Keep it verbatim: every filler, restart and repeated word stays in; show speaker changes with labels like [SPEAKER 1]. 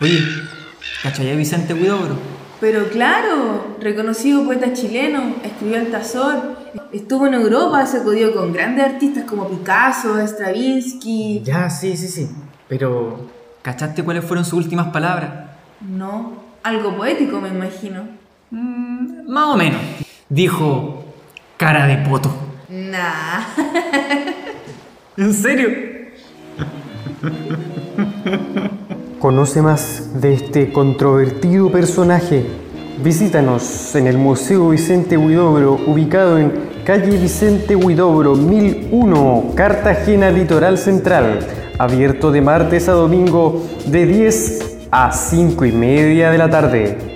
[SPEAKER 1] Oye, ¿cachai a Vicente Huidobro?
[SPEAKER 2] Pero claro, reconocido poeta chileno, escribió Altazor, estuvo en Europa, se codió con grandes artistas como Picasso, Stravinsky.
[SPEAKER 1] Ya, sí, sí, sí. Pero, ¿cachaste cuáles fueron sus últimas palabras?
[SPEAKER 2] No, algo poético me imagino.
[SPEAKER 1] Mm, más o menos. Dijo, cara de poto.
[SPEAKER 2] Nah.
[SPEAKER 1] ¿En serio?
[SPEAKER 3] Conoce más de este controvertido personaje. Visítanos en el Museo Vicente Huidobro, ubicado en calle Vicente Huidobro mil uno, Cartagena, Litoral Central. Abierto de martes a domingo de diez a cinco y media de la tarde.